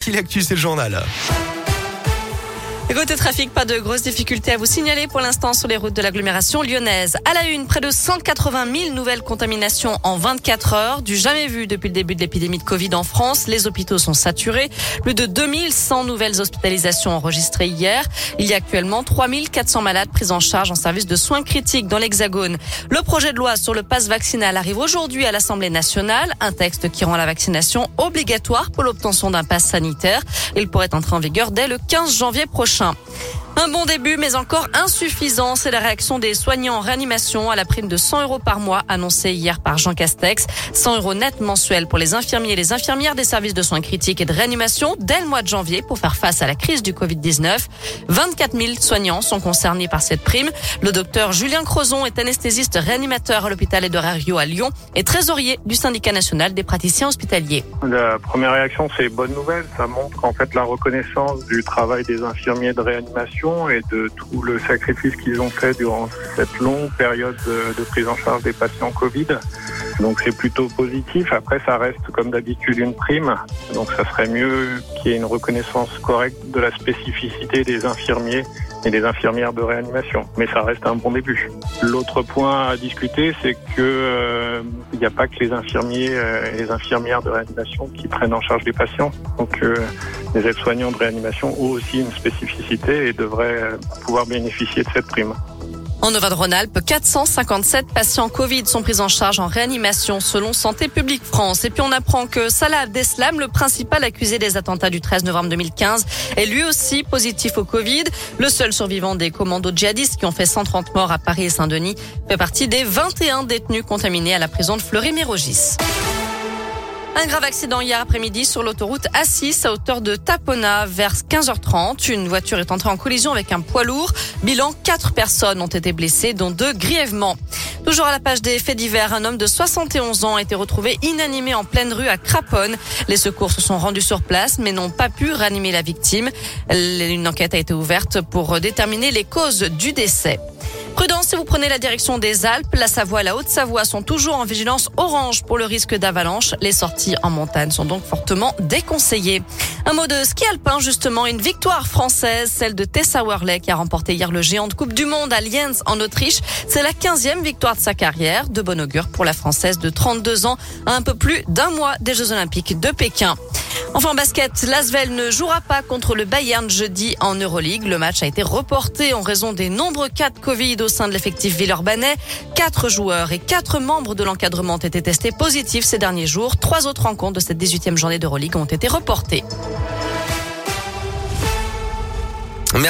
Voici l'actu, c'est le journal. Côté trafic, pas de grosses difficultés à vous signaler pour l'instant sur les routes de l'agglomération lyonnaise. À la une, près de 180 000 nouvelles contaminations en 24 heures, du jamais vu depuis le début de l'épidémie de Covid en France. Les hôpitaux sont saturés. Plus de 2100 nouvelles hospitalisations enregistrées hier. Il y a actuellement 3400 malades pris en charge en service de soins critiques dans l'Hexagone. Le projet de loi sur le pass vaccinal arrive aujourd'hui à l'Assemblée nationale. Un texte qui rend la vaccination obligatoire pour l'obtention d'un pass sanitaire. Il pourrait entrer en vigueur dès le 15 janvier prochain. Un bon début, mais encore insuffisant. C'est la réaction des soignants en réanimation à la prime de 100 € par mois annoncée hier par Jean Castex. 100 € net mensuels pour les infirmiers et les infirmières des services de soins critiques et de réanimation dès le mois de janvier pour faire face à la crise du Covid-19. 24 000 soignants sont concernés par cette prime. Le docteur Julien Crozon est anesthésiste réanimateur à l'hôpital Édouard Herriot à Lyon et trésorier du syndicat national des praticiens hospitaliers. La première réaction, c'est bonne nouvelle. Ça montre qu'en fait la reconnaissance du travail des infirmiers de réanimation et de tout le sacrifice qu'ils ont fait durant cette longue période de prise en charge des patients Covid. Donc c'est plutôt positif. Après, ça reste comme d'habitude une prime. Donc ça serait mieux qu'il y ait une reconnaissance correcte de la spécificité des infirmiers et des infirmières de réanimation. Mais ça reste un bon début. L'autre point à discuter, c'est que il n'y a pas que les infirmiers et les infirmières de réanimation qui prennent en charge les patients. Donc les aides-soignants de réanimation ont aussi une spécificité et devraient pouvoir bénéficier de cette prime. En Auvergne-Rhône-Alpes, 457 patients Covid sont pris en charge en réanimation selon Santé publique France. Et puis on apprend que Salah Abdeslam, le principal accusé des attentats du 13 novembre 2015, est lui aussi positif au Covid. Le seul survivant des commandos djihadistes qui ont fait 130 morts à Paris et Saint-Denis fait partie des 21 détenus contaminés à la prison de Fleury-Mérogis. Un grave accident hier après-midi sur l'autoroute A6 à hauteur de Tapona vers 15h30. Une voiture est entrée en collision avec un poids lourd. Bilan, 4 personnes ont été blessées, dont 2 grièvement. Toujours à la page des faits divers, un homme de 71 ans a été retrouvé inanimé en pleine rue à Craponne. Les secours se sont rendus sur place mais n'ont pas pu réanimer la victime. Une enquête a été ouverte pour déterminer les causes du décès. Prudence si vous prenez la direction des Alpes. La Savoie et la Haute-Savoie sont toujours en vigilance orange pour le risque d'avalanche. Les sorties en montagne sont donc fortement déconseillées. Un mot de ski alpin justement, une victoire française, celle de Tessa Worley qui a remporté hier le géant de Coupe du Monde à Lienz en Autriche. C'est la 15e victoire de sa carrière, de bon augure pour la Française de 32 ans à un peu plus d'un mois des Jeux Olympiques de Pékin. Enfin, en basket, l'Asvel ne jouera pas contre le Bayern jeudi en Euroleague. Le match a été reporté en raison des nombreux cas de Covid au sein de l'effectif villeurbanais. 4 joueurs et 4 membres de l'encadrement ont été testés positifs ces derniers jours. 3 autres rencontres de cette 18e journée d'Euroleague ont été reportées.